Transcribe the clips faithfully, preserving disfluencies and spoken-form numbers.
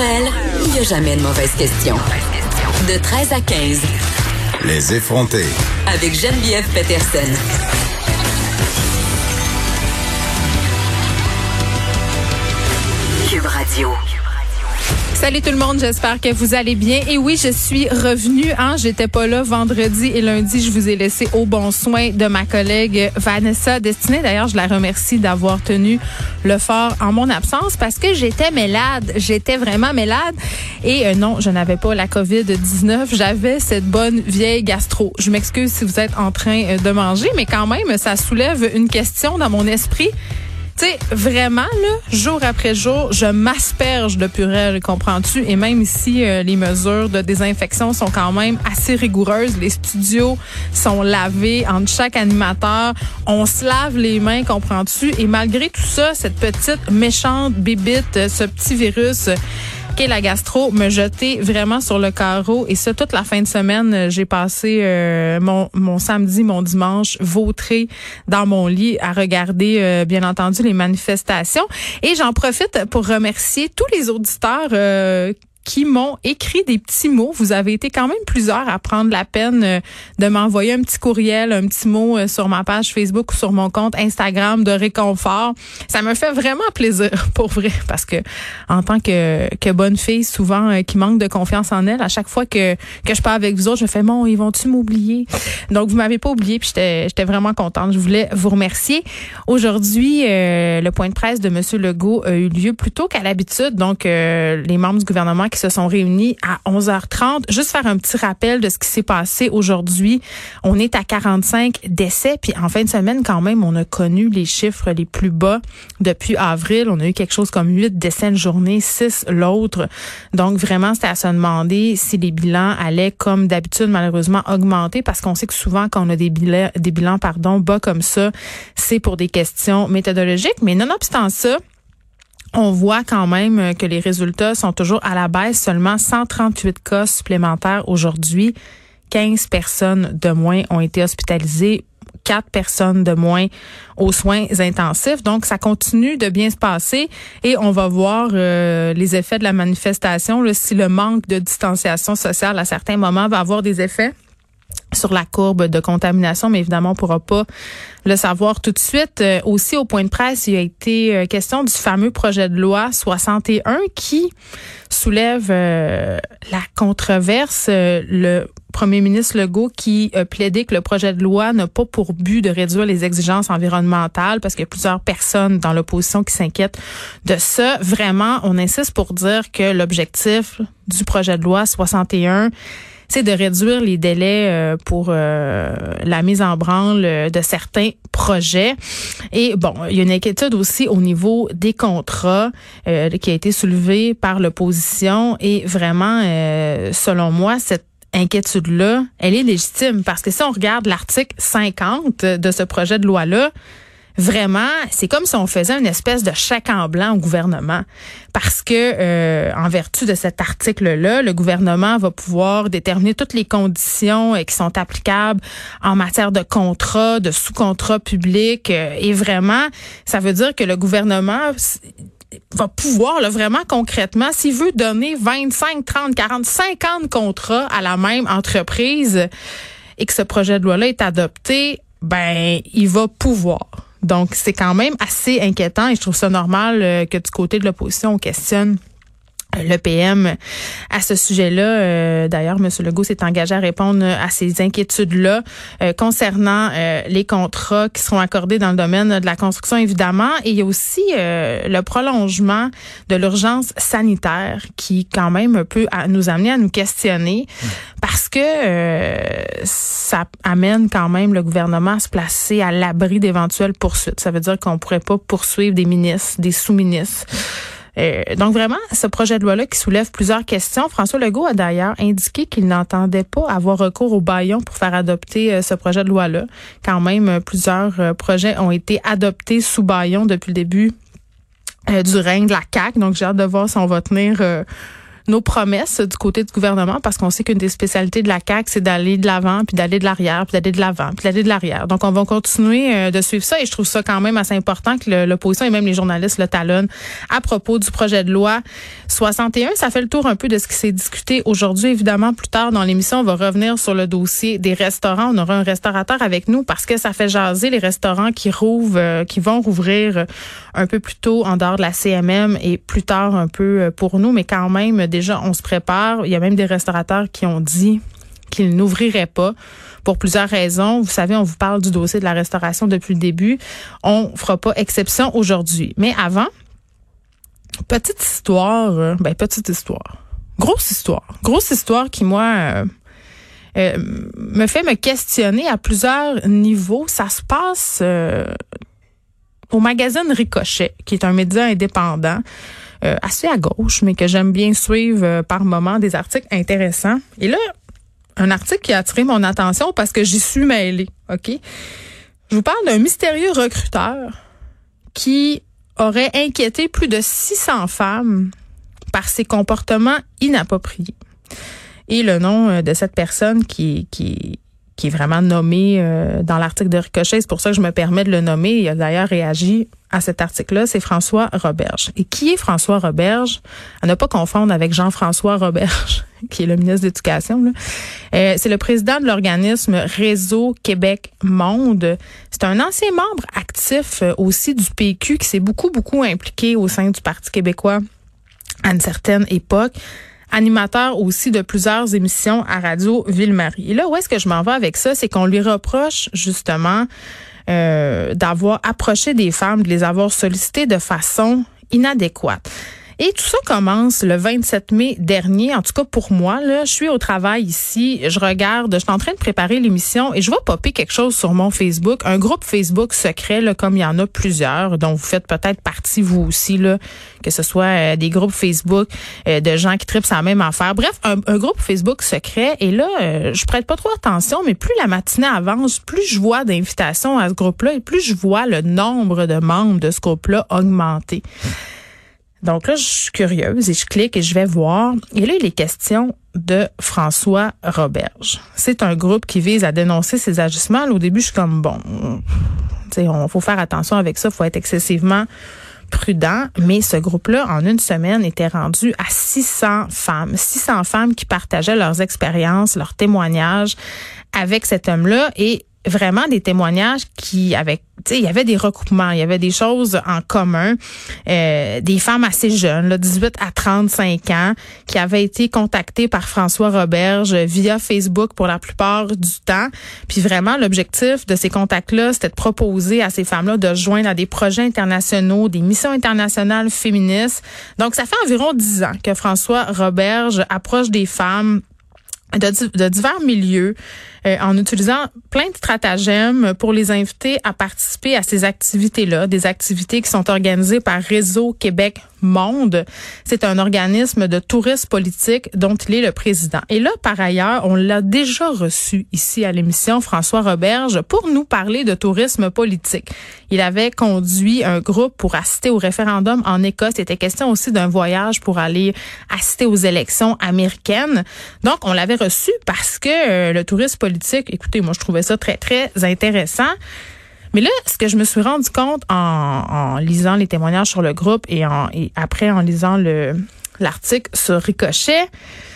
elle, il n'y a jamais de mauvaise question. De treize à quinze. Les effrontés. Avec Geneviève Peterson. Cube Radio. Salut tout le monde, j'espère que vous allez bien. Et oui, je suis revenue. Hein, j'étais pas là vendredi et lundi. Je vous ai laissé au bon soin de ma collègue Vanessa Destinée. D'ailleurs, je la remercie d'avoir tenu le fort en mon absence parce que j'étais malade. J'étais vraiment malade. Et euh, non, je n'avais pas la covid dix-neuf. J'avais cette bonne vieille gastro. Je m'excuse si vous êtes en train de manger, mais quand même, ça soulève une question dans mon esprit. Tu sais, vraiment, là, jour après jour, je m'asperge de purée, comprends-tu? Et même ici, euh, les mesures de désinfection sont quand même assez rigoureuses. Les studios sont lavés entre chaque animateur. On se lave les mains, comprends-tu? Et malgré tout ça, cette petite méchante bébite, ce petit virus qu'est la gastro, me jeter vraiment sur le carreau. Et ça, toute la fin de semaine, j'ai passé euh, mon, mon samedi, mon dimanche, vautré dans mon lit à regarder, euh, bien entendu, les manifestations. Et j'en profite pour remercier tous les auditeurs euh, qui m'ont écrit des petits mots. Vous avez été quand même plusieurs à prendre la peine euh, de m'envoyer un petit courriel, un petit mot euh, sur ma page Facebook ou sur mon compte Instagram de réconfort. Ça me fait vraiment plaisir, pour vrai, parce que en tant que, que bonne fille, souvent euh, qui manque de confiance en elle, à chaque fois que que je parle avec vous autres, je me fais bon, ils vont-tu m'oublier? Donc vous m'avez pas oublié, puis j'étais j'étais vraiment contente. Je voulais vous remercier. Aujourd'hui, euh, le point de presse de M. Legault a eu lieu plus tôt qu'à l'habitude. Donc euh, les membres du gouvernement qui se sont réunis à onze heures trente. Juste faire un petit rappel de ce qui s'est passé aujourd'hui. On est à quarante-cinq décès, puis en fin de semaine, quand même, on a connu les chiffres les plus bas depuis avril. On a eu quelque chose comme huit décès une journée, six l'autre. Donc, vraiment, c'était à se demander si les bilans allaient, comme d'habitude, malheureusement, augmenter, parce qu'on sait que souvent, quand on a des bilans, des bilans, pardon, bas comme ça, c'est pour des questions méthodologiques. Mais nonobstant ça, on voit quand même que les résultats sont toujours à la baisse. Seulement cent trente-huit cas supplémentaires aujourd'hui. quinze personnes de moins ont été hospitalisées. Quatre personnes de moins aux soins intensifs. Donc, ça continue de bien se passer et on va voir euh, les effets de la manifestation. Là, si le manque de distanciation sociale à certains moments va avoir des effets sur la courbe de contamination, mais évidemment, on pourra pas le savoir tout de suite. Euh, aussi, au point de presse, il a été euh, question du fameux projet de loi soixante et un qui soulève euh, la controverse. Euh, le premier ministre Legault qui a plaidé que le projet de loi n'a pas pour but de réduire les exigences environnementales, parce qu'il y a plusieurs personnes dans l'opposition qui s'inquiètent de ça. Vraiment, on insiste pour dire que l'objectif du projet de loi soixante et un, c'est de réduire les délais euh, pour euh, la mise en branle de certains projets. Et bon, il y a une inquiétude aussi au niveau des contrats euh, qui a été soulevée par l'opposition. Et vraiment, euh, selon moi, cette inquiétude-là, elle est légitime, parce que si on regarde l'article cinquante de ce projet de loi-là, vraiment, c'est comme si on faisait une espèce de chèque en blanc au gouvernement, parce que euh, en vertu de cet article-là, le gouvernement va pouvoir déterminer toutes les conditions euh, qui sont applicables en matière de contrat, de sous-contrat public, euh, et vraiment, ça veut dire que le gouvernement va pouvoir, là, vraiment concrètement, s'il veut donner vingt-cinq, trente, quarante, cinquante contrats à la même entreprise et que ce projet de loi-là est adopté, ben, il va pouvoir. Donc, c'est quand même assez inquiétant et je trouve ça normal euh, que du côté de l'opposition, on questionne le P M à ce sujet-là. Euh, d'ailleurs, M. Legault s'est engagé à répondre à ces inquiétudes-là euh, concernant euh, les contrats qui seront accordés dans le domaine de la construction, évidemment. Et il y a aussi euh, le prolongement de l'urgence sanitaire qui, quand même, peut à, nous amener à nous questionner mmh. parce que euh, ça amène quand même le gouvernement à se placer à l'abri d'éventuelles poursuites. Ça veut dire qu'on pourrait pas poursuivre des ministres, des sous-ministres. Euh, donc vraiment, ce projet de loi-là qui soulève plusieurs questions. François Legault a d'ailleurs indiqué qu'il n'entendait pas avoir recours au bâillon pour faire adopter euh, ce projet de loi-là. Quand même, euh, plusieurs euh, projets ont été adoptés sous bâillon depuis le début euh, du règne de la C A Q. Donc j'ai hâte de voir si on va tenir euh, nos promesses du côté du gouvernement, parce qu'on sait qu'une des spécialités de la C A Q, c'est d'aller de l'avant, puis d'aller de l'arrière, puis d'aller de l'avant, puis d'aller de l'arrière. Donc, on va continuer euh, de suivre ça et je trouve ça quand même assez important que le, l'opposition et même les journalistes le talonnent à propos du projet de loi soixante et un. Ça fait le tour un peu de ce qui s'est discuté aujourd'hui. Évidemment, plus tard dans l'émission, on va revenir sur le dossier des restaurants. On aura un restaurateur avec nous parce que ça fait jaser les restaurants qui rouvrent, euh, qui vont rouvrir un peu plus tôt en dehors de la C M M et plus tard un peu pour nous, mais quand même, déjà, on se prépare. Il y a même des restaurateurs qui ont dit qu'ils n'ouvriraient pas pour plusieurs raisons. Vous savez, on vous parle du dossier de la restauration depuis le début. On ne fera pas exception aujourd'hui. Mais avant, petite histoire, ben petite histoire, grosse histoire, grosse histoire qui, moi, euh, euh, me fait me questionner à plusieurs niveaux. Ça se passe euh, au magazine Ricochet, qui est un média indépendant, euh, assez à gauche, mais que j'aime bien suivre euh, par moments, des articles intéressants. Et là, un article qui a attiré mon attention parce que j'y suis mêlée, OK? Je vous parle d'un mystérieux recruteur qui aurait inquiété plus de six cents femmes par ses comportements inappropriés. Et le nom de cette personne qui, qui, qui est vraiment nommé euh, dans l'article de Ricochet, c'est pour ça que je me permets de le nommer. Il a d'ailleurs réagi à cet article-là, c'est François Roberge. Et qui est François Roberge? À ne pas confondre avec Jean-François Roberge, qui est le ministre de l'Éducation. Là. Euh, c'est le président de l'organisme Réseau Québec Monde. C'est un ancien membre actif euh, aussi du P Q qui s'est beaucoup, beaucoup impliqué au sein du Parti québécois à une certaine époque. Animateur aussi de plusieurs émissions à Radio Ville-Marie. Et là, où est-ce que je m'en vais avec ça? C'est qu'on lui reproche justement euh, d'avoir approché des femmes, de les avoir sollicitées de façon inadéquate. Et tout ça commence le vingt-sept mai dernier. En tout cas, pour moi, là, je suis au travail ici, je regarde, je suis en train de préparer l'émission et je vais popper quelque chose sur mon Facebook, un groupe Facebook secret, là, comme il y en a plusieurs, dont vous faites peut-être partie, vous aussi, là, que ce soit euh, des groupes Facebook euh, de gens qui tripent sur la même affaire. Bref, un, un groupe Facebook secret. Et là, euh, je prête pas trop attention, mais plus la matinée avance, plus je vois d'invitations à ce groupe-là et plus je vois le nombre de membres de ce groupe-là augmenter. Donc là, je suis curieuse et je clique et je vais voir. Et là, il est question de François Roberge. C'est un groupe qui vise à dénoncer ces agissements. Là, au début, je suis comme, bon, tu sais, on faut faire attention avec ça, il faut être excessivement prudent. Mais ce groupe-là, en une semaine, était rendu à six cents femmes. six cents femmes qui partageaient leurs expériences, leurs témoignages avec cet homme-là. Et vraiment des témoignages qui, avec, tu sais, il y avait des recoupements, il y avait des choses en commun, euh, des femmes assez jeunes, là, dix-huit à trente-cinq ans, qui avaient été contactées par François Roberge via Facebook pour la plupart du temps. Puis vraiment, l'objectif de ces contacts-là, c'était de proposer à ces femmes-là de se joindre à des projets internationaux, des missions internationales féministes. Donc, ça fait environ dix ans que François Roberge approche des femmes de, de divers milieux, euh, en utilisant plein de stratagèmes pour les inviter à participer à ces activités-là, des activités qui sont organisées par Réseau Québec Monde. C'est un organisme de tourisme politique dont il est le président. Et là, par ailleurs, on l'a déjà reçu ici à l'émission, François Roberge, pour nous parler de tourisme politique. Il avait conduit un groupe pour assister au référendum en Écosse. Il était question aussi d'un voyage pour aller assister aux élections américaines. Donc, on l'avait reçu parce que euh, le tourisme politique, écoutez, moi, je trouvais ça très, très intéressant. Mais là, ce que je me suis rendu compte en, en lisant les témoignages sur le groupe et, en, et après en lisant le l'article sur Ricochet,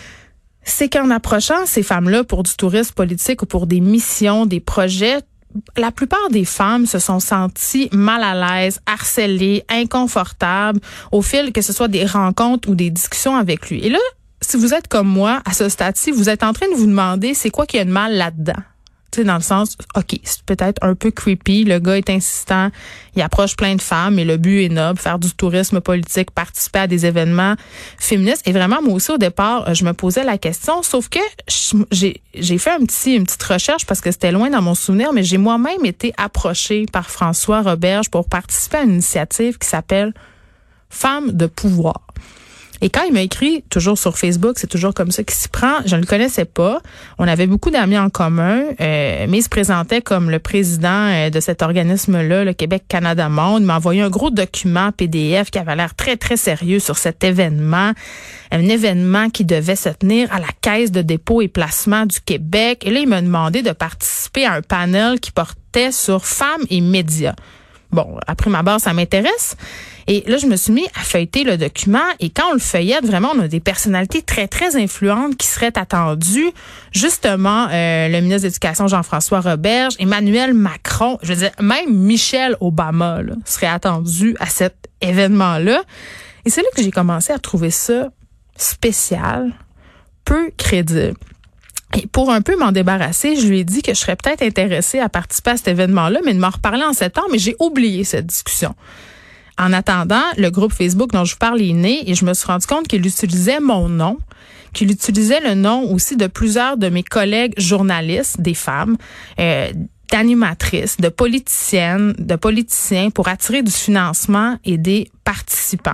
c'est qu'en approchant ces femmes-là pour du tourisme politique ou pour des missions, des projets, la plupart des femmes se sont senties mal à l'aise, harcelées, inconfortables au fil que ce soit des rencontres ou des discussions avec lui. Et là, si vous êtes comme moi, à ce stade-ci, vous êtes en train de vous demander c'est quoi qu'il y a de mal là-dedans. Tu sais, dans le sens, OK, c'est peut-être un peu creepy, le gars est insistant, il approche plein de femmes, mais le but est noble, faire du tourisme politique, participer à des événements féministes. Et vraiment, moi aussi, au départ, je me posais la question, sauf que j'ai j'ai fait un petit une petite recherche parce que c'était loin dans mon souvenir, mais j'ai moi-même été approchée par François Roberge pour participer à une initiative qui s'appelle Femmes de pouvoir. Et quand il m'a écrit, toujours sur Facebook, c'est toujours comme ça qu'il s'y prend, je ne le connaissais pas. On avait beaucoup d'amis en commun, euh, mais il se présentait comme le président euh, de cet organisme-là, le Québec-Canada-Monde. Il m'a envoyé un gros document P D F qui avait l'air très, très sérieux sur cet événement. Un événement qui devait se tenir à la Caisse de dépôt et placement du Québec. Et là, il m'a demandé de participer à un panel qui portait sur femmes et médias. Bon, après ma barre, ça m'intéresse. Et là, je me suis mis à feuilleter le document. Et quand on le feuillette, vraiment, on a des personnalités très, très influentes qui seraient attendues. Justement, euh, le ministre de l'Éducation, Jean-François Roberge, Emmanuel Macron, je veux dire, même Michelle Obama là, serait attendu à cet événement-là. Et c'est là que j'ai commencé à trouver ça spécial, peu crédible. Et pour un peu m'en débarrasser, je lui ai dit que je serais peut-être intéressée à participer à cet événement-là, mais de m'en reparler en septembre, mais j'ai oublié cette discussion. En attendant, le groupe Facebook dont je vous parle est né et je me suis rendu compte qu'il utilisait mon nom, qu'il utilisait le nom aussi de plusieurs de mes collègues journalistes, des femmes, euh, d'animatrices, de politiciennes, de politiciens pour attirer du financement et des participants.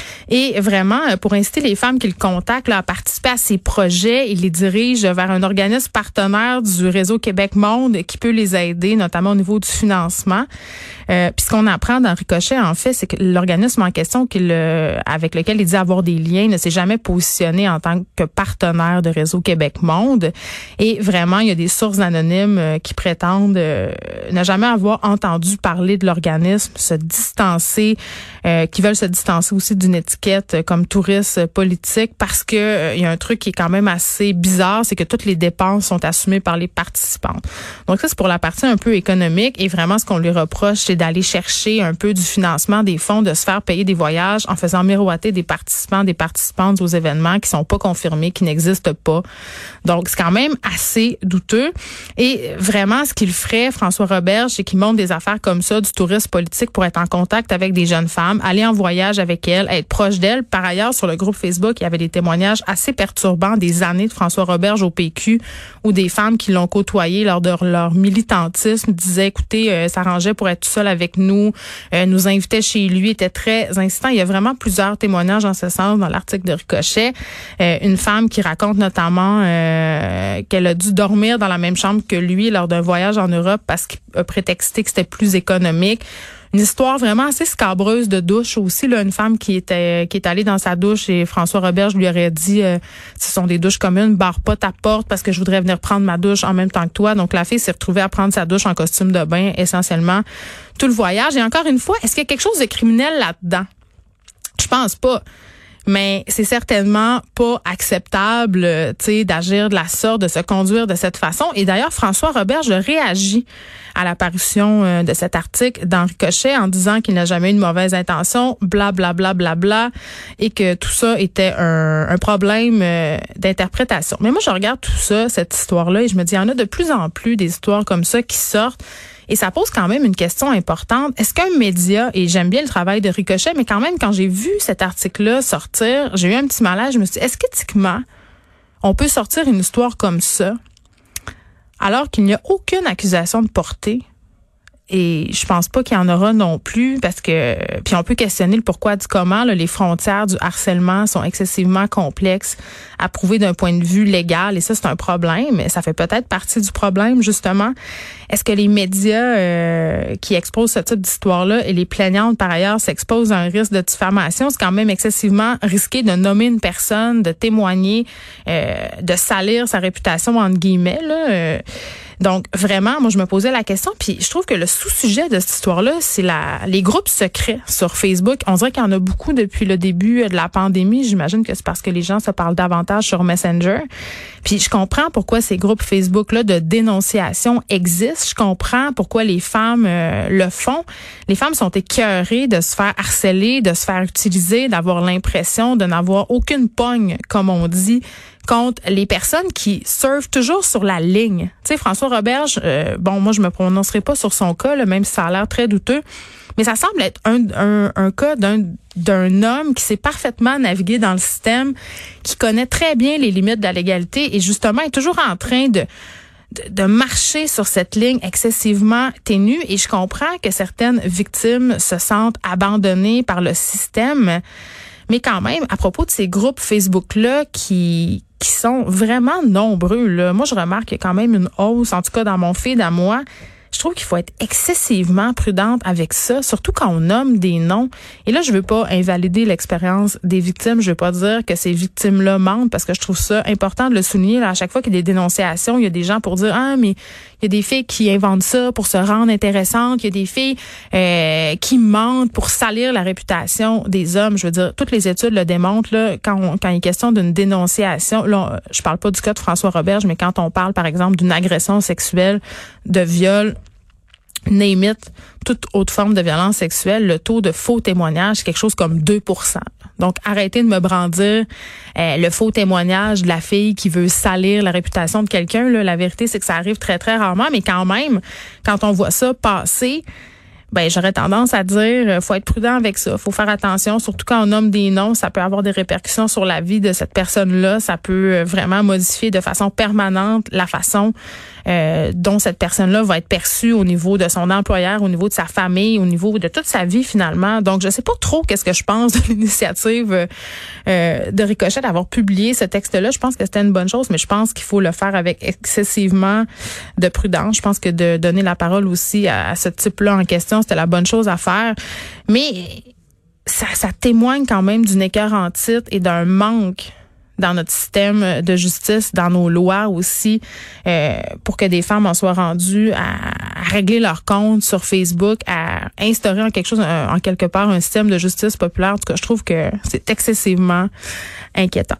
Et vraiment, pour inciter les femmes qui le contactent là, à participer à ces projets, il les dirige vers un organisme partenaire du réseau Québec Monde qui peut les aider, notamment au niveau du financement. Euh, puis ce qu'on apprend dans Ricochet, en fait, c'est que l'organisme en question qu'il, euh, avec lequel il dit avoir des liens ne s'est jamais positionné en tant que partenaire de réseau Québec Monde. Et vraiment, il y a des sources anonymes euh, qui prétendent euh, ne jamais avoir entendu parler de l'organisme, se distancer, euh, qui veulent se distancer aussi d'une étiquette euh, comme touriste politique parce que euh, il y a un truc qui est quand même assez bizarre, c'est que toutes les dépenses sont assumées par les participantes. Donc ça, c'est pour la partie un peu économique et vraiment ce qu'on lui reproche, c'est d'aller chercher un peu du financement des fonds, de se faire payer des voyages en faisant miroiter des participants, des participantes aux événements qui sont pas confirmés, qui n'existent pas. Donc, c'est quand même assez douteux. Et vraiment, ce qu'il ferait, François Roberge, c'est qu'il monte des affaires comme ça, du tourisme politique pour être en contact avec des jeunes femmes, aller en voyage avec elles, être proche d'elles. Par ailleurs, sur le groupe Facebook, il y avait des témoignages assez perturbants des années de François Roberge au P Q où des femmes qui l'ont côtoyé lors de leur militantisme disaient, écoutez, euh, s'arrangeait pour être tout seul avec nous, euh, nous invitait chez lui, était très incitant. Il y a vraiment plusieurs témoignages en ce sens dans l'article de Ricochet. Euh, une femme qui raconte notamment euh, qu'elle a dû dormir dans la même chambre que lui lors d'un voyage en Europe parce qu'il a prétexté que c'était plus économique. Une histoire vraiment assez scabreuse de douche aussi, là, une femme qui était qui est allée dans sa douche et François Roberge lui aurait dit euh, ce sont des douches communes, barre pas ta porte parce que je voudrais venir prendre ma douche en même temps que toi. Donc la fille s'est retrouvée à prendre sa douche en costume de bain essentiellement tout le voyage. Et encore une fois, est-ce qu'il y a quelque chose de criminel là-dedans? Je pense pas. Mais c'est certainement pas acceptable, tu sais, d'agir de la sorte, de se conduire de cette façon. Et d'ailleurs, François Roberge réagit à l'apparition de cet article dans Ricochet en disant qu'il n'a jamais eu de mauvaise intention, bla bla bla bla bla, et que tout ça était un, un problème d'interprétation. Mais moi, je regarde tout ça, cette histoire-là, et je me dis, il y en a de plus en plus des histoires comme ça qui sortent. Et ça pose quand même une question importante. Est-ce qu'un média, et j'aime bien le travail de Ricochet, mais quand même, quand j'ai vu cet article-là sortir, j'ai eu un petit malaise. Je me suis dit, est-ce qu'éthiquement, on peut sortir une histoire comme ça, alors qu'il n'y a aucune accusation de portée? Et je pense pas qu'il y en aura non plus parce que, puis on peut questionner le pourquoi du comment, là, les frontières du harcèlement sont excessivement complexes à prouver d'un point de vue légal et ça, c'est un problème, mais ça fait peut-être partie du problème, justement. Est-ce que les médias euh, qui exposent ce type d'histoire-là et les plaignantes, par ailleurs, s'exposent à un risque de diffamation? C'est quand même excessivement risqué de nommer une personne, de témoigner, euh, de salir sa réputation, entre guillemets, là. Euh, Donc, vraiment, moi, je me posais la question, puis je trouve que le sous-sujet de cette histoire-là, c'est la les groupes secrets sur Facebook. On dirait qu'il y en a beaucoup depuis le début de la pandémie. J'imagine que c'est parce que les gens se parlent davantage sur Messenger. Puis je comprends pourquoi ces groupes Facebook-là de dénonciation existent. Je comprends pourquoi les femmes euh, le font. Les femmes sont écœurées de se faire harceler, de se faire utiliser, d'avoir l'impression de n'avoir aucune pogne, comme on dit, contre les personnes qui surfent toujours sur la ligne. Tu sais, François Roberge, euh, bon, moi, je me prononcerai pas sur son cas, là, même si ça a l'air très douteux, mais ça semble être un, un, un cas d'un, d'un homme qui sait parfaitement naviguer dans le système, qui connaît très bien les limites de la légalité et justement est toujours en train de De, de marcher sur cette ligne excessivement ténue. Et je comprends que certaines victimes se sentent abandonnées par le système. Mais quand même, à propos de ces groupes Facebook-là qui qui sont vraiment nombreux, là, moi, je remarque qu'il y a quand même une hausse, en tout cas dans mon feed à moi. Je trouve qu'il faut être excessivement prudente avec ça, surtout quand on nomme des noms. Et là, je veux pas invalider l'expérience des victimes. Je veux pas dire que ces victimes-là mentent, parce que je trouve ça important de le souligner. Là, à chaque fois qu'il y a des dénonciations, il y a des gens pour dire « Ah, mais il y a des filles qui inventent ça pour se rendre intéressantes. Il y a des filles euh, qui mentent pour salir la réputation des hommes. » Je veux dire, toutes les études le démontrent. Là, quand, on, quand il est question d'une dénonciation, là, je parle pas du cas de François Roberge, mais quand on parle, par exemple, d'une agression sexuelle, de viol, name it, toute autre forme de violence sexuelle, le taux de faux témoignages, c'est quelque chose comme deux pour cent. Donc, arrêtez de me brandir euh, le faux témoignage de la fille qui veut salir la réputation de quelqu'un. Là, la vérité, c'est que ça arrive très, très rarement, mais quand même, quand on voit ça passer, ben j'aurais tendance à dire faut être prudent avec ça, faut faire attention, surtout quand on nomme des noms, ça peut avoir des répercussions sur la vie de cette personne-là, ça peut vraiment modifier de façon permanente la façon euh, dont cette personne-là va être perçue au niveau de son employeur, au niveau de sa famille, au niveau de toute sa vie finalement. Donc je sais pas trop qu'est-ce que je pense de l'initiative euh, de Ricochet d'avoir publié ce texte-là. Je pense que c'était une bonne chose, mais je pense qu'il faut le faire avec excessivement de prudence. Je pense que de donner la parole aussi à, à ce type-là en question, c'était la bonne chose à faire. Mais ça, ça témoigne quand même d'une écœur en titre et d'un manque dans notre système de justice, dans nos lois aussi, euh, pour que des femmes en soient rendues à, à régler leurs comptes sur Facebook, à instaurer en quelque chose, en quelque part, un système de justice populaire. En tout cas, je trouve que c'est excessivement inquiétant.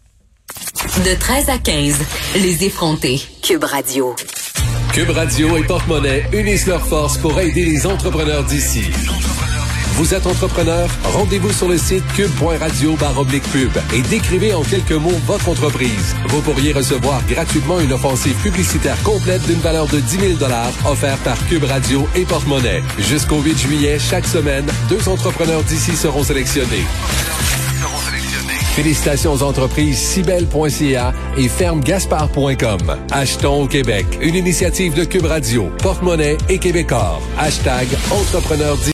De treize à quinze, les effrontés. Cube Radio. Cube Radio et Porte-Monnaie unissent leurs forces pour aider les entrepreneurs d'ici. Vous êtes entrepreneur? Rendez-vous sur le site cube point radio barre oblique pub et décrivez en quelques mots votre entreprise. Vous pourriez recevoir gratuitement une offensive publicitaire complète d'une valeur de dix mille dollars offerte par Cube Radio et Porte-Monnaie. Jusqu'au huit juillet, chaque semaine, deux entrepreneurs d'ici seront sélectionnés. Félicitations aux entreprises cibel point c a et ferme gaspard point com. Achetons au Québec. Une initiative de Cube Radio, Porte-Monnaie et Québecor. Hashtag entrepreneurs d'ici.